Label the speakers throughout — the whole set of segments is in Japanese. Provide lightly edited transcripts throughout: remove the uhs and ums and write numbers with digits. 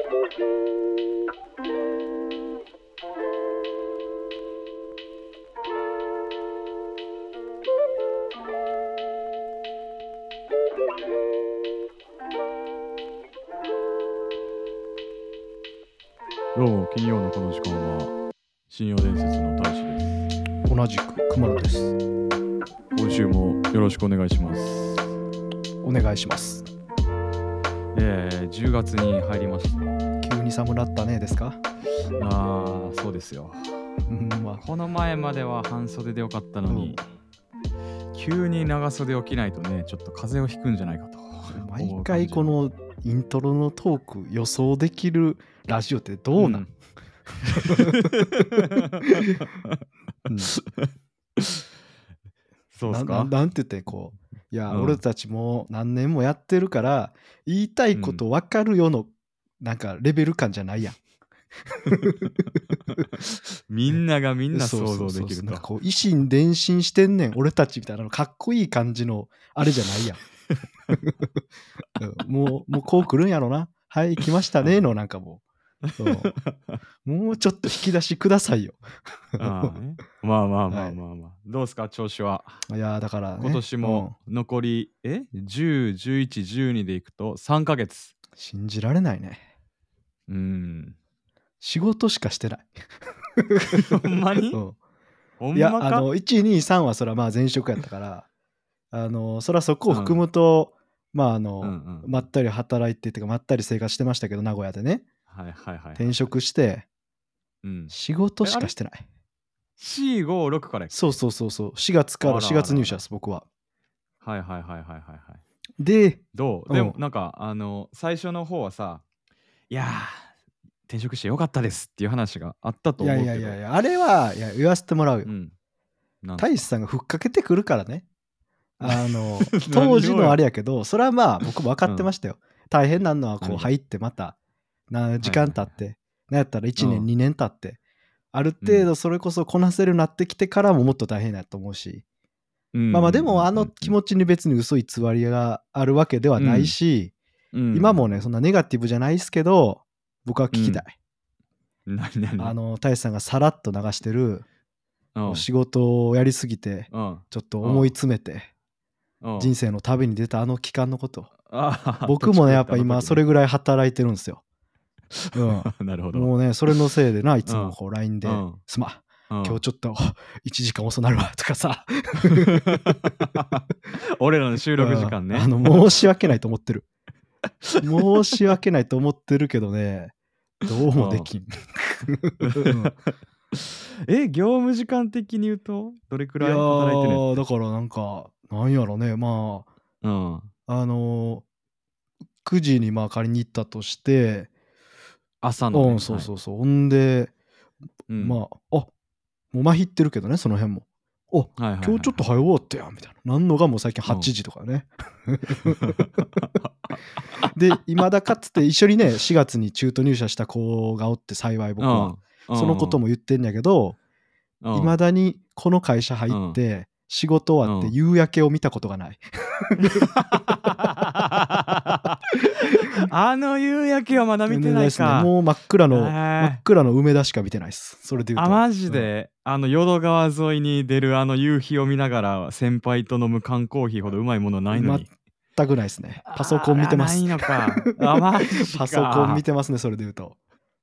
Speaker 1: どうも、金曜のこの時間は信用伝説の大使です。
Speaker 2: 同じく熊野です。
Speaker 1: 今週もよろしくお願いします。
Speaker 2: お願いします。
Speaker 1: 10月に入りました。
Speaker 2: 急に寒なったねですか？
Speaker 1: そうですよ。
Speaker 2: まあ、
Speaker 1: この前までは半袖でよかったのに、急に長袖を着ないとね、ちょっと風邪をひくんじゃないかと。
Speaker 2: 毎回このイントロのトーク予想できるラジオってどうなん？
Speaker 1: そうですか？
Speaker 2: なんて言ってこう、いや、俺たちも何年もやってるから言いたいこと分かるよの、なんかレベル感じゃないやん。
Speaker 1: みんながみんな想像できると。
Speaker 2: なんかこう、維心伝心してんねん俺たちみたいなのかっこいい感じのあれじゃないやん。もうこう来るんやろな。はい来ましたねのなんかもうもうちょっと引き出しくださいよ。
Speaker 1: まあ、どうすか調子は？
Speaker 2: いやだからね、
Speaker 1: 今年も残り10、11、12でいくと3ヶ月。
Speaker 2: 信じられないね。仕事しかしてない。
Speaker 1: ほんまに？ほんまか？
Speaker 2: いや1、2、3はそらまあ前職やったからそらそこを含むと、まったり働いてっていうかまったり生活してましたけど、名古屋でね、転職して仕事しかしてない。
Speaker 1: 4、5、6から
Speaker 2: そう4月から4月入社です、僕は。で
Speaker 1: どう？でもなんか最初の方はさ、いや転職してよかったですっていう話があったと思うけど、
Speaker 2: いやあれは言わせてもらうよ。大志さんがふっかけてくるからね。当時のあれやけど、それはまあ僕も分かってましたよ。大変なのはこう入ってまた時間経って、なんやったら1年2年経ってある程度それこそこなせるようになってきてからももっと大変だと思うし、まあでも気持ちに別に嘘偽りがあるわけではないし、今もねそんなネガティブじゃないですけど、僕は聞きたい。大志さんがさらっと流してる仕事をやりすぎてちょっと思い詰めて人生の旅に出た期間のこと。僕もねやっぱ今それぐらい働いてるんですよ。
Speaker 1: なるほど。
Speaker 2: もうねそれのせいでないつもこう LINE ですま今日ちょっと1時間遅なるわとかさ
Speaker 1: 俺らの収録時間ね。
Speaker 2: 申し訳ないと思ってる。申し訳ないと思ってるけどね、どうもできん。
Speaker 1: 業務時間的に言うとどれくらい働いてるの？
Speaker 2: だからなんやろね、まあ9時にまあ仮に行ったとして
Speaker 1: 朝のね、
Speaker 2: そうほんでまあもうまひってるけどねその辺も。今日ちょっと早終わったやんみたいな。なんのがもう最近8時とかね。で今だかつて一緒にね4月に中途入社した子がおって、幸い僕はそのことも言ってんやけど、いまだにこの会社入って仕事終わって夕焼けを見たことがない。
Speaker 1: 夕焼けはまだ見てないか。
Speaker 2: もう真っ暗の梅田しか見てないです。それで言うと
Speaker 1: マジで、淀川沿いに出る夕日を見ながら先輩と飲む缶コーヒーほどうまいものないのに。
Speaker 2: 全くないですね。パソコン見てます。
Speaker 1: ないのか。マジか。
Speaker 2: パソコン見てますね、それで言うと。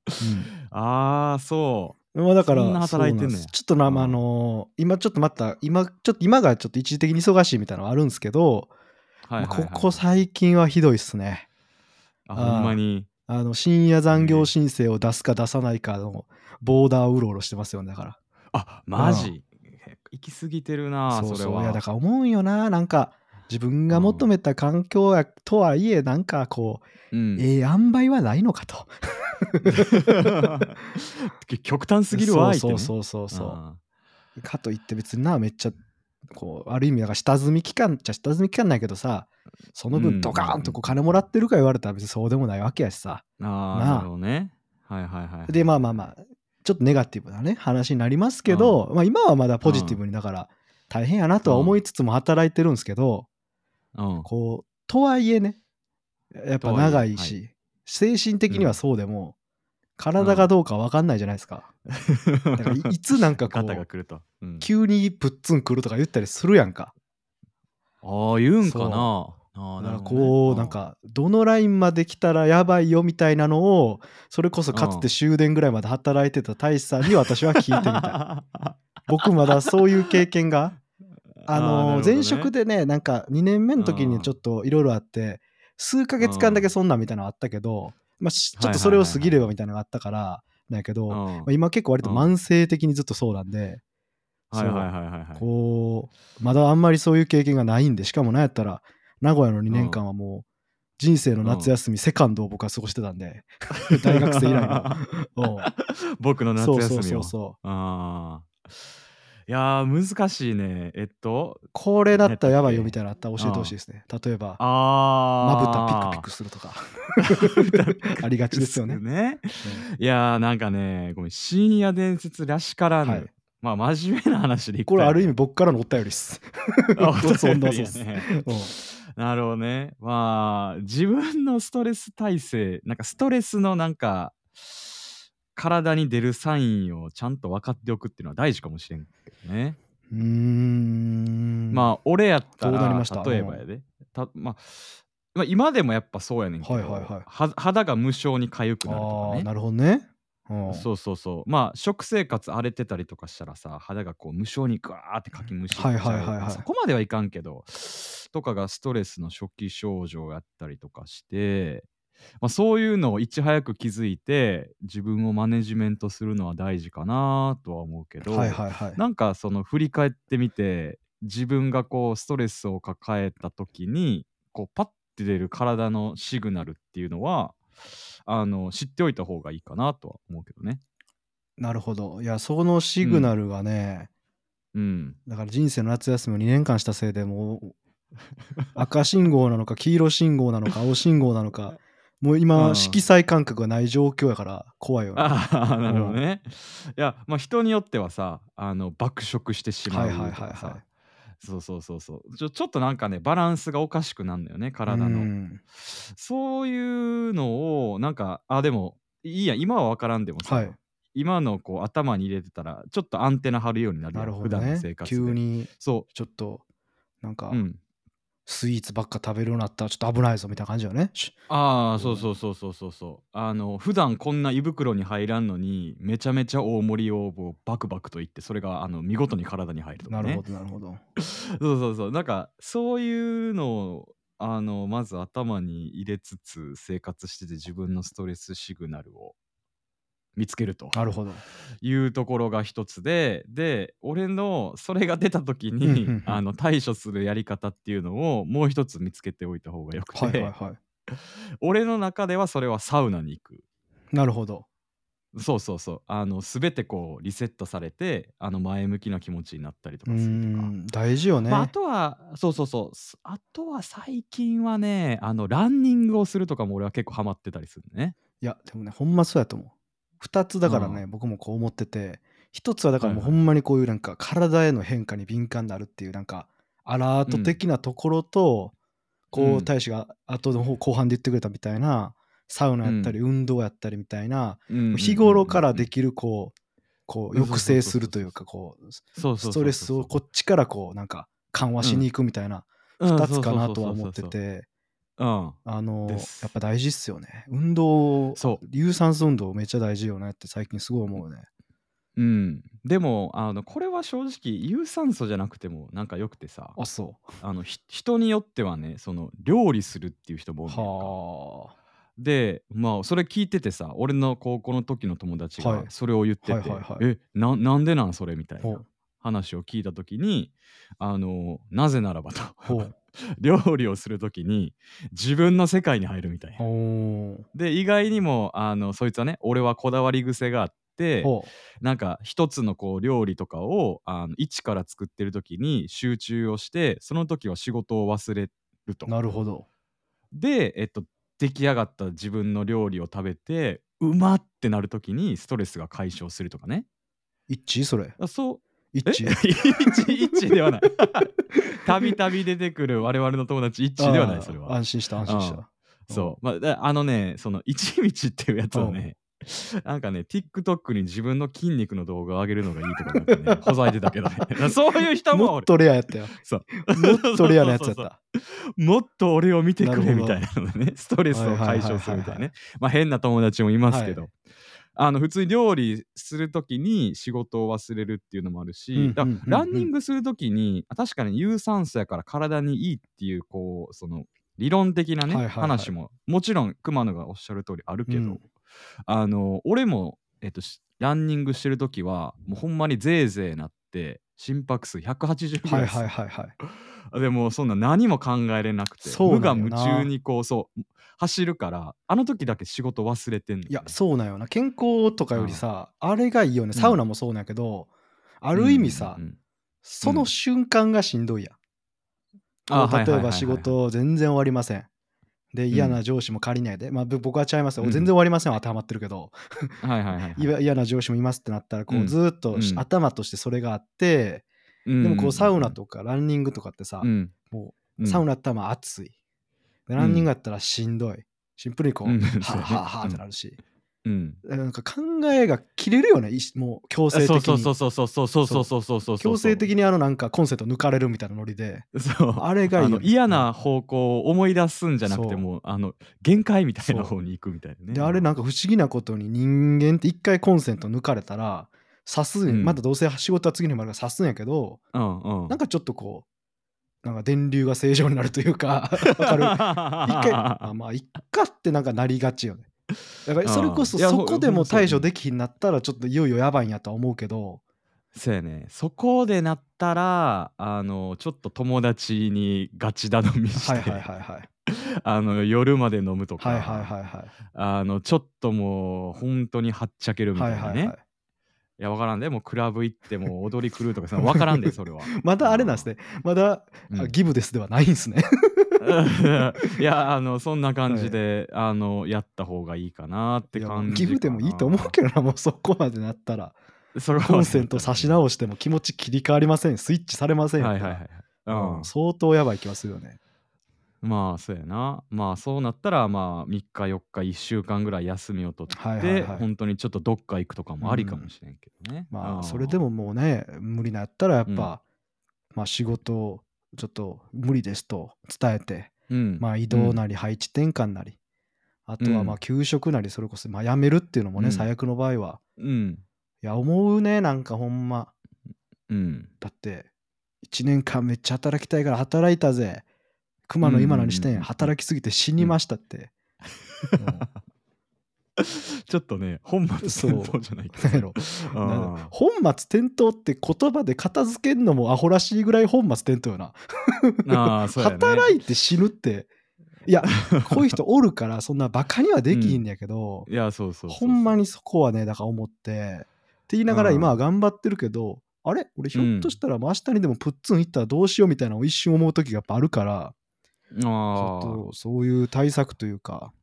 Speaker 1: そう。
Speaker 2: だから
Speaker 1: そんな働いてんねん。
Speaker 2: ちょっと今ちょっとまた今がちょっと一時的に忙しいみたいなのはあるんですけど、ここ最近はひどいっすね。
Speaker 1: ほんまに
Speaker 2: 深夜残業申請を出すか出さないかのボーダーをうろうろしてますよね。だから
Speaker 1: マジ行き過ぎてるな。それは。
Speaker 2: いやだから思うんよな。なんか自分が求めた環境やとはいえなんかこう塩梅はないのかと。
Speaker 1: 極端すぎるわ。
Speaker 2: そうかといって別にめっちゃこうある意味下積み期間ないけどさ、その分ドカーンとこう金もらってるか言われたら別にそうでもないわけやしさ。
Speaker 1: なるほどね。
Speaker 2: でまあちょっとネガティブなね話になりますけど、今はまだポジティブにだから大変やなとは思いつつも働いてるんですけど、こうとはいえねやっぱ長いし、 精神的にはそうでも、体がどうか分かんないじゃないですか。だからいつなんかこ
Speaker 1: 肩が
Speaker 2: う
Speaker 1: 来ると。
Speaker 2: 急にプッツン来るとか言ったりするやんか。
Speaker 1: ああ、言うんか
Speaker 2: そう
Speaker 1: な。ああ、
Speaker 2: だから
Speaker 1: なるほどね。
Speaker 2: こうなんかどのラインまで来たらやばいよみたいなのをそれこそかつて終電ぐらいまで働いてた大志さんに私は聞いてみたい。僕まだそういう経験が前職でねなんか2年目の時にちょっといろいろあって数ヶ月間だけそんなんみたいなのあったけど、まあ、ちょっとそれを過ぎればみたいなのがあったからなんやけど、まあ、今結構割と慢性的にずっとそうなんで、こうまだあんまりそういう経験がないんで、しかもなんやったら名古屋の2年間はもう人生の夏休みセカンドを僕は過ごしてたんで大学生以来の
Speaker 1: 僕の夏休みを。
Speaker 2: そう
Speaker 1: あいやー難しいね。
Speaker 2: これだったらやばいよみたいなのあったら教えてほしいですね。例えばまぶたピクピクするとかありがちですよね。
Speaker 1: いやーなんかね、ごめん、深夜伝説らしからぬ、まあ真面目な話でいくと、
Speaker 2: これある意味僕からのお便りです。
Speaker 1: なるほどね。まあ自分のストレス耐性、なんかストレスのなんか体に出るサインをちゃんと分かっておくっていうのは大事かもしれんけどね。まあ俺やったら例えばやで、まあ今でもやっぱそうやねんけど、肌が無性に痒くなるとかね。
Speaker 2: なるほどね。
Speaker 1: そうそうそう。まあ食生活荒れてたりとかしたらさ、肌がこう無性にガーってかきむしっちゃう、そこまではいかんけどとかがストレスの初期症状やったりとかして、まあ、そういうのをいち早く気づいて自分をマネジメントするのは大事かなとは思うけど、なんかその振り返ってみて自分がこうストレスを抱えた時にこうパッて出る体のシグナルっていうのは知っておいた方がいいかなとは思うけどね。
Speaker 2: なるほど。いやそのシグナルがね、だから人生の夏休みを2年間したせいでもう赤信号なのか黄色信号なのか青信号なのかもう今色彩感覚がない状況やから怖いよね。
Speaker 1: なるほどね。いやまあ人によってはさ爆食してしまうとかさ、そうちょっとなんかねバランスがおかしくなるんだよね体の。そういうのをなんかでもいいや今は分からんでもさ、今のこう頭に入れてたらちょっとアンテナ張るようになるやん、普段の生活で。
Speaker 2: 急にちょっとなんか、スイーツばっか食べるようになったらちょっと危ないぞみたいな感じよね。
Speaker 1: そう普段こんな胃袋に入らんのにめちゃめちゃ大盛りをバクバクといってそれが見事に体に入るとかね。
Speaker 2: なるほど
Speaker 1: そうなんかそういうのをまず頭に入れつつ生活してて自分のストレスシグナルを見つけるというところが一つで、俺のそれが出た時に対処するやり方っていうのをもう一つ見つけておいた方がよくて、俺の中ではそれはサウナに行く。
Speaker 2: なるほど。
Speaker 1: そう全てこうリセットされて前向きな気持ちになったりとかするとか
Speaker 2: 大事よね。
Speaker 1: あとはあとは最近はねランニングをするとかも俺は結構ハマってたりするね。
Speaker 2: いやでもねほんまそうやと思う。2つだからね、僕もこう思ってて、1つはだからもうほんまにこういうなんか体への変化に敏感になるっていうなんかアラート的なところと、こう大使が後の方後半で言ってくれたみたいなサウナやったり運動やったりみたいな、日頃からできるこう抑制するというかこうストレスをこっちからこうなんか緩和しに行くみたいな2つかなとは思ってて。やっぱ大事っすよね。運動、有酸素運動めっちゃ大事よねって最近すごい思うね。
Speaker 1: でもこれは正直有酸素じゃなくてもなんかよくてさ、人によってはねその料理するっていう人も多いんか。でまあそれ聞いててさ、俺の高校の時の友達がそれを言ってて、なんでなんそれみたいな話を聞いた時になぜならばと料理をする時に自分の世界に入るみたいな。で意外にもそいつはね俺はこだわり癖があってなんか一つのこう料理とかを一から作ってる時に集中をしてその時は仕事を忘れると。
Speaker 2: なるほど。
Speaker 1: で出来上がった自分の料理を食べてうまってなる時にストレスが解消するとかね。
Speaker 2: 一致それ。
Speaker 1: 一致ではない。たびたび出てくる我々の友達一致ではない。それは
Speaker 2: 安心した。
Speaker 1: そう。まあ、その、一道っていうやつはね、なんかね、TikTok に自分の筋肉の動画を上げるのがいいとかなんかね、ほざいてたけどね。そういう人もおる。
Speaker 2: もっとレアやったよ。
Speaker 1: そう。
Speaker 2: もっとレアなやつやった。
Speaker 1: もっと俺を見てくれみたい
Speaker 2: な
Speaker 1: なのね、ストレスを解消するみたいなね。まあ変な友達もいますけど、普通に料理するときに仕事を忘れるっていうのもあるし、ランニングするときに、確かに有酸素やから体にいいっていう、こう、その、理論的なね、話も、もちろん熊野がおっしゃる通りあるけど、俺も、ランニングしてるときは、もうほんまにぜいぜいなって、心拍数180ぐらいです。でもそんな何も考えれなくて、無我夢中にこう、そう走るから、あの時だけ仕事忘れてんの、ね。
Speaker 2: いや、そうなんよな。健康とかよりさ、あれがいいよね。サウナもそうなんやけど、ある意味さ、その瞬間がしんどいやん。例えば仕事全然終わりません。で、嫌な上司も借りないで、まあ僕はちゃいますよ。全然終わりませんは当てはまってるけど、嫌な上司もいますってなったら、こうずっと頭としてそれがあって、でもこうサウナとかランニングとかってさ、もうサウナやったらまあ暑い。ランニングやったらしんどい。シンプルにこう、はぁはぁはぁってなるし。なんか考えが切れるよね、もう強制的に。強制的になんかコンセント抜かれるみたいなノリで。あれがいいよね。
Speaker 1: 嫌な方向を思い出すんじゃなくても、限界みたいな方に行くみたいなね。
Speaker 2: で、あれなんか不思議なことに人間って一回コンセント抜かれたら、刺すまたどうせ仕事は次の日もあるから刺すんやけど、なんかちょっとこう、なんか電流が正常になるというか、わかる。一回、まあ、いっかってなんかなりがちよね。だからそれこそそこでも対処できひんなったらちょっといよいよやばいんやとは思うけど。
Speaker 1: そうやね。そこでなったら、ちょっと友達にガチ頼みして、夜まで飲むとか、ちょっともう本当にはっちゃけるみたいなね。いや、わからんで、もうクラブ行っても踊り狂うとか、わからんで、それは。
Speaker 2: まだあれなんですね。まだ、ギブですではないんですね。
Speaker 1: いや、そんな感じで、やった方がいいかなって感じ。
Speaker 2: ギブでもいいと思うけどな、もうそこまでなったら。コンセント差し直しても気持ち切り替わりません。スイッチされませんよ。相当やばい気はするよね。
Speaker 1: まあ、そうやな。まあ、そうなったら、まあ、3日、4日、1週間ぐらい休みを取って、本当にちょっとどっか行くとかもありかもしれんけどね。
Speaker 2: まあ、それでももうね、無理なったらやっぱ、まあ、仕事ちょっと無理ですと伝えて、まあ、移動なり配置転換なり、あとはまあ、休職なり、それこそ、まあ、辞めるっていうのもね、最悪の場合は。いや、思うね、なんかほんま。だって、1年間めっちゃ働きたいから働いたぜ。熊の今のにしてん、働きすぎて死にましたって。
Speaker 1: ちょっとね、本末転倒じゃないけど。
Speaker 2: 本末転倒って言葉で片付けんのもアホらしいぐらい本末転倒よな。働いて死ぬって。いや、こういう人おるからそんなバカにはできひんやけど、ほんまにそこはね、だから思って、って言いながら今は頑張ってるけど、あれ俺ひょっとしたら明日にでもプッツン行ったらどうしようみたいなのを一瞬思う時がやっぱあるから、ちょっとそういう対策というか、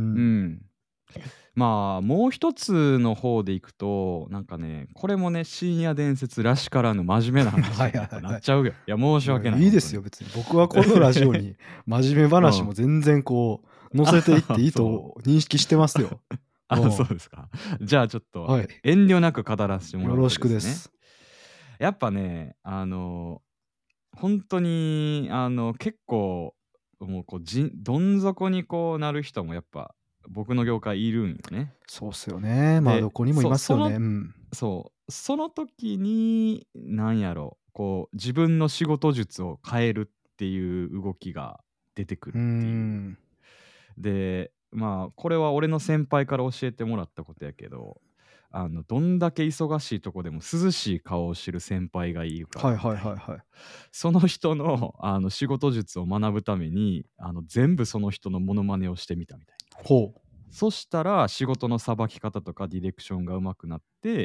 Speaker 1: まあもう一つの方でいくと、なんかね、これもね、深夜伝説らしからぬ真面目な話になっちゃうよ。いや、申し訳ない。
Speaker 2: いいですよ、別に。僕はこのラジオに真面目話も全然こう、載せていっていいと認識してますよ。
Speaker 1: そうですか。じゃあちょっと遠慮なく語らせてもらって、
Speaker 2: よろしくです。
Speaker 1: やっぱね、本当に結構もうこうどん底にこうなる人もやっぱ僕の業界いるんよね。
Speaker 2: そうっすよね。まあどこにもいますよね。
Speaker 1: その時に何やろこう自分の仕事術を変えるっていう動きが出てくるっていう。でまあこれは俺の先輩から教えてもらったことやけど、どんだけ忙しいとこでも涼しい顔を知る先輩がいるから、その人の仕事術を学ぶために全部その人のモノマネをしてみたみたいな。そしたら仕事のさばき方とかディレクションがうまくなって、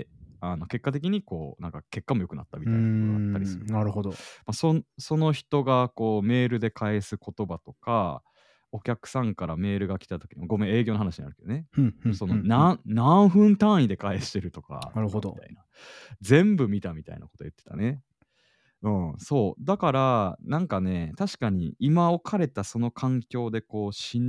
Speaker 1: 結果的にこうなんか結果も良くなったみたいなことがあったりする。
Speaker 2: なるほど。
Speaker 1: その人がこうメールで返す言葉とか、お客さんからメールが来た時の、ごめん営業の話になるけどね、その何分単位で返してるとか、
Speaker 2: なるほど、
Speaker 1: みたいな全部見たみたいなこと言ってたね。そうだからなんかね、確かに今置かれたその環境でこうしんどいっ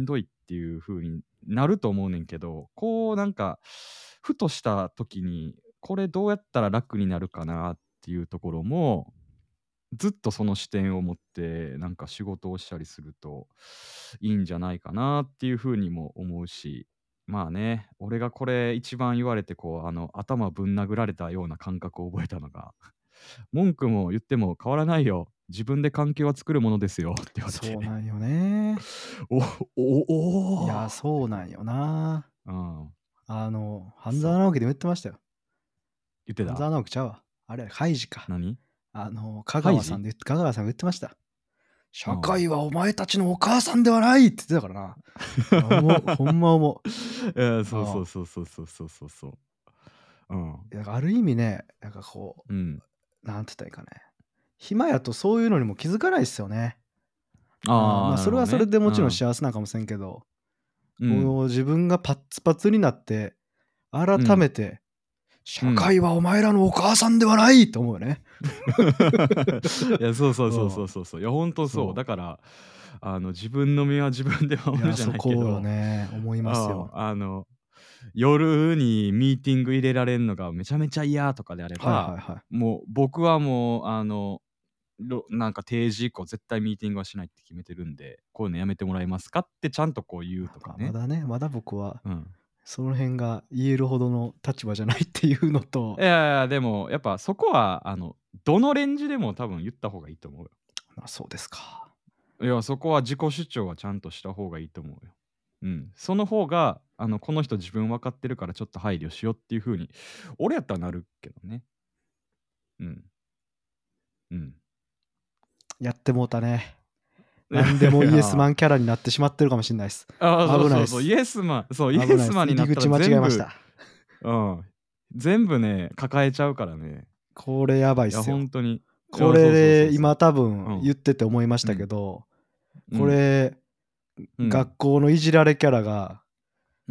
Speaker 1: っていう風になると思うねんけど、こうなんかふとした時にこれどうやったら楽になるかなっていうところもずっとその視点を持ってなんか仕事をしたりするといいんじゃないかなっていう風にも思うし、まあね、俺がこれ一番言われてこう頭ぶん殴られたような感覚を覚えたのが、文句も言っても変わらないよ、自分で環境は作るものですよって言われて、
Speaker 2: そうなんよね。
Speaker 1: おお
Speaker 2: いや、
Speaker 1: お
Speaker 2: そうなんよな。
Speaker 1: うん、
Speaker 2: 半
Speaker 1: そう
Speaker 2: 沢直樹でも言ってましたよ。
Speaker 1: 言ってた。
Speaker 2: 半沢直樹ちゃうわ。あれ、カイジか。
Speaker 1: 何
Speaker 2: 香
Speaker 1: ハイジ
Speaker 2: 川さんで香川さんが言ってました。社
Speaker 1: うん
Speaker 2: 会はお前たちのお母さんではないって言ってたからな。ほんま思
Speaker 1: いや、
Speaker 2: う。
Speaker 1: そうそうそうそうそうそうそうそう。うん。
Speaker 2: だからある意味ね、なんかこ
Speaker 1: うん。
Speaker 2: う、なんて言ったらいいかね。暇やとそういうのにも気づかないですよね。
Speaker 1: ああ、
Speaker 2: まあ、それはそれ
Speaker 1: なるほどね。
Speaker 2: でもちろん
Speaker 1: うん。
Speaker 2: 幸せなんかもせんけど、
Speaker 1: うん。
Speaker 2: こう自分がパッツパツになって、改
Speaker 1: うん。
Speaker 2: めて、社
Speaker 1: うん。
Speaker 2: 会はお前らのお母さんではないと思うよね。
Speaker 1: いや、そうそうそう
Speaker 2: うん。
Speaker 1: そうそうそう。いや、ほんとそう。
Speaker 2: そ
Speaker 1: だから、自分の身は自分で
Speaker 2: う。いや、
Speaker 1: 守るじゃ
Speaker 2: そこよ
Speaker 1: ないけど、
Speaker 2: ね、思いますよ。
Speaker 1: 夜にミーティング入れられんのがめちゃめちゃ嫌とかであれば、
Speaker 2: はいはいはい。
Speaker 1: もう僕はもう、なんか定時以降絶対ミーティングはしないって決めてるんで、こういうのやめてもらえますかってちゃんとこう言うとか
Speaker 2: まあ、ま
Speaker 1: ね。
Speaker 2: だね、まだ僕は、
Speaker 1: うん。
Speaker 2: その辺が言えるほどの立場じゃないっていうのと、
Speaker 1: いやいや、でもやっぱそこはどのレンジでも多分言った方がいいと思うよ。
Speaker 2: まあ、そうですか。
Speaker 1: いや、そこは自己主張はちゃんとした方がいいと思うよ。うん。その方が、この人自分分かってるからちょっと配慮しようっていう風に、俺やったらなるけどね。うん。うん。
Speaker 2: やってもうたね。
Speaker 1: いや
Speaker 2: 何でも
Speaker 1: いや、
Speaker 2: イエスマンキャラになってしまってるかもしれないです。
Speaker 1: そうそうそう、イ
Speaker 2: 危ないです。
Speaker 1: エスマン、そう、イエ
Speaker 2: 危ないです。
Speaker 1: スマンになったら
Speaker 2: 入り口間違え
Speaker 1: 全部、
Speaker 2: ました。
Speaker 1: うん、全部ね、抱えちゃうからね。
Speaker 2: これやばいっ
Speaker 1: いや、
Speaker 2: すよ。
Speaker 1: 本当に。い
Speaker 2: こ
Speaker 1: や、そうそうそ
Speaker 2: れ、
Speaker 1: うそ
Speaker 2: 今多
Speaker 1: う。うん。
Speaker 2: 分言ってて思いましたけ
Speaker 1: うん。
Speaker 2: ど、こ
Speaker 1: うん。
Speaker 2: れ、
Speaker 1: うん。
Speaker 2: 学校のいじられキャラが、
Speaker 1: うん。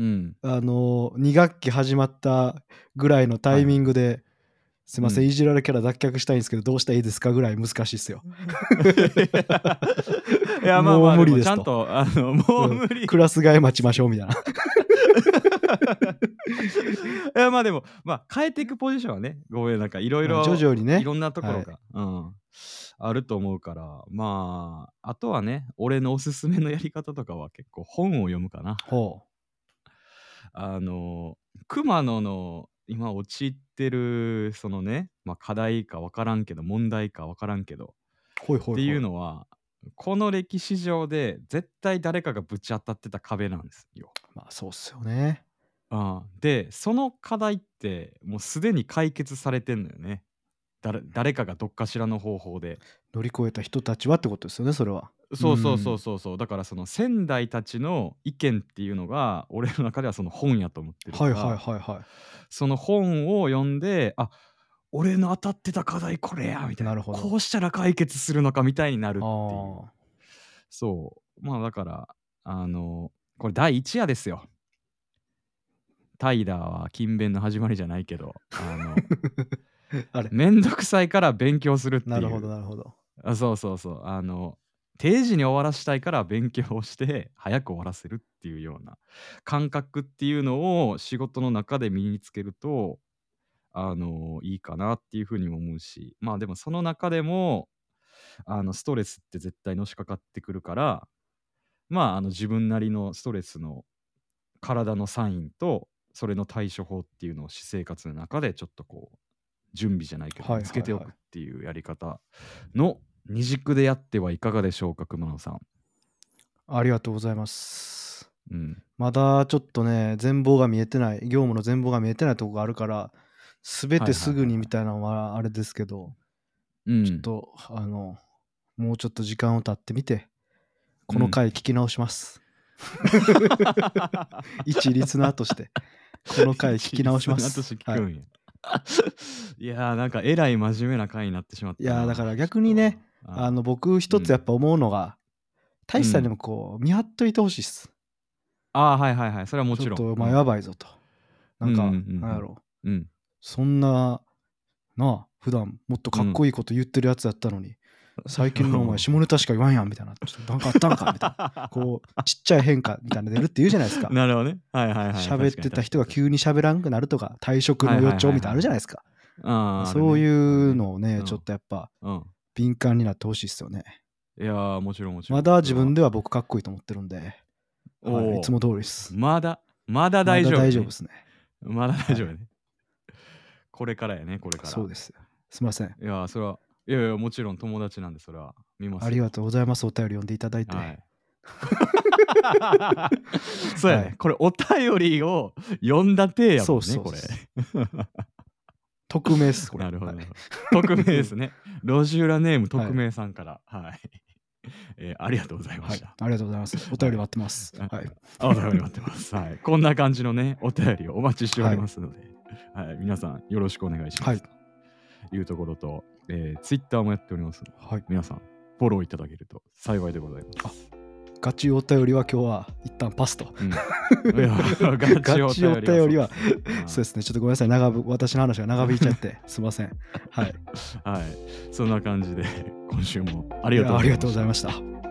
Speaker 2: 2学期始まったぐらいのタイ
Speaker 1: はいはいはい。
Speaker 2: ミングで、すいません、い
Speaker 1: うん。
Speaker 2: じられキャラ脱却したいんですけど、どうしたらいいですかぐらい難しいっすよ。
Speaker 1: いや、まあ
Speaker 2: もう
Speaker 1: まあ、でも
Speaker 2: 無理ですと。
Speaker 1: ちゃんと、もう
Speaker 2: うん、
Speaker 1: 無理。
Speaker 2: クラス替え待ちましょうみたいな。
Speaker 1: いや、まあ、でも、まあ、変えていくポジションはね、ごめん、なんかいろい
Speaker 2: まあ、徐
Speaker 1: ろ
Speaker 2: 々にね。
Speaker 1: いろんなとこ
Speaker 2: はい。
Speaker 1: ろが、あると思うから、まあ、あとはね、俺のおすすめのやり方とかは結構本を読むかな。
Speaker 2: ほう。
Speaker 1: あの、熊野の今陥ってる、そのね、まあ、課題か分からんけど、問題か分からんけどってい
Speaker 2: ほいほいほい。
Speaker 1: うのは、この歴史上で絶対誰かがぶち当たってた壁なんですよ。
Speaker 2: まあ、そうっすよね。
Speaker 1: で、その課題ってもうすでに解決されてんのよね。誰かがどっかしらの方法で。
Speaker 2: 乗り越えた人たちはってことですよね、それは。う
Speaker 1: そうそうそう
Speaker 2: ん。
Speaker 1: そうそう。だからその先代たちの意見っていうのが、俺の中ではその本やと思ってる
Speaker 2: はいはい
Speaker 1: から、
Speaker 2: はいはい。
Speaker 1: その本を読んで、あ、俺の当たってた課題これやみたいな。
Speaker 2: なるほど。
Speaker 1: こうしたら解決するのかみたいになるっていう。
Speaker 2: ああ。
Speaker 1: そう。まあだから、これ第一夜ですよ。タイダーは勤勉の始まりじゃないけど、
Speaker 2: あれ。
Speaker 1: めんどくさいから勉強するって
Speaker 2: なるほど
Speaker 1: いう。
Speaker 2: なるほど。
Speaker 1: そうそうそう。定時に終わらしたいから勉強をして早く終わらせるっていうような感覚っていうのを仕事の中で身につけると、いいかなっていうふうにも思うし、まあでもその中でも、ストレスって絶対のしかかってくるから、まあ、自分なりのストレスの体のサインと、それの対処法っていうのを私生活の中でちょっとこう、準備じゃないけど
Speaker 2: はい
Speaker 1: 見つけ
Speaker 2: はいはい。
Speaker 1: ておくっていうやり方の二軸でやってはいかがでしょうか、熊野さん。
Speaker 2: ありがとうございます。
Speaker 1: うん。
Speaker 2: まだちょっとね、全貌が見えてない、業務の全貌が見えてないとこがあるから、すべ
Speaker 1: はい
Speaker 2: てすぐにみ
Speaker 1: はいはいはい。
Speaker 2: たいなのはあれですけど、ちょっ
Speaker 1: うん。
Speaker 2: と、もうちょっと時間を経ってみて、この
Speaker 1: うん。
Speaker 2: 回聞き直します。一リスナーとして、この回聞き直しま
Speaker 1: 一リスナーとし
Speaker 2: す。
Speaker 1: て聞
Speaker 2: はい。
Speaker 1: くんや。いやー、なんかえらい真面目な回になってしまっ
Speaker 2: いやー、だか
Speaker 1: たな。
Speaker 2: ら
Speaker 1: ちょっと。
Speaker 2: 逆にね、僕
Speaker 1: うん。
Speaker 2: 一つやっぱ思うのが、大志さんに
Speaker 1: うん。
Speaker 2: もこう、見張っといてほしいっす。
Speaker 1: はいはいはい。それはもちろん。
Speaker 2: ちょっとお前や
Speaker 1: うん。
Speaker 2: ばいぞと。
Speaker 1: うんうんう
Speaker 2: なんか、なんや
Speaker 1: ん
Speaker 2: ろ、
Speaker 1: うん。うん。
Speaker 2: そんな、なあ、普段もっと
Speaker 1: うん。
Speaker 2: かっこいいこと言ってるやつやったのに、 最近のお前下ネタしか言わんやんみたいな、ちょっとなんかあったんかみたいな、こうちっちゃい変化みたいなの出るって言うじゃないですか。
Speaker 1: なるほどね。はいはいはい。
Speaker 2: 喋ってた人が急に喋らんくなるとか、退職の予兆みたいなのあるじゃないですか。そういうのをね、ちょっとやっぱ敏感になってほしいですよね。
Speaker 1: いやー、もちろんもちろん。
Speaker 2: まだ自分では僕かっこいいと思ってるんで、いつも通りです。
Speaker 1: まだ大丈夫。
Speaker 2: 大丈夫ですね。
Speaker 1: まだ大丈夫ね。これからやね、これから。
Speaker 2: そうです。すみません。
Speaker 1: いや、それは、いやいや、もちろん友達なんで、それは見ます。
Speaker 2: ありがとうございます。お便り読んでいただいて。
Speaker 1: そうやね。これ、お便りを読んだ体やもんね、これ。
Speaker 2: 匿名です、これ。
Speaker 1: なるほど。匿名ですね。路地裏ネーム匿名さんから。はい。ありがとうございました。
Speaker 2: ありがとうございます。お便り待ってます。
Speaker 1: お便り待ってます。はい。こんな感じのね、お便りをお待ちしておりますので、はい。皆さんよろしくお願いします。というところと、ツイッターもやっておりますので、皆さんフォローいただけると幸いでございます。
Speaker 2: ガチお便りは今日は一旦パスと。
Speaker 1: ガチお
Speaker 2: 便りは、そうですね。ちょっとごめんなさい。私の話が長引いちゃって、すいません。はい。
Speaker 1: はい。そんな感じで、今週もありがとうございました。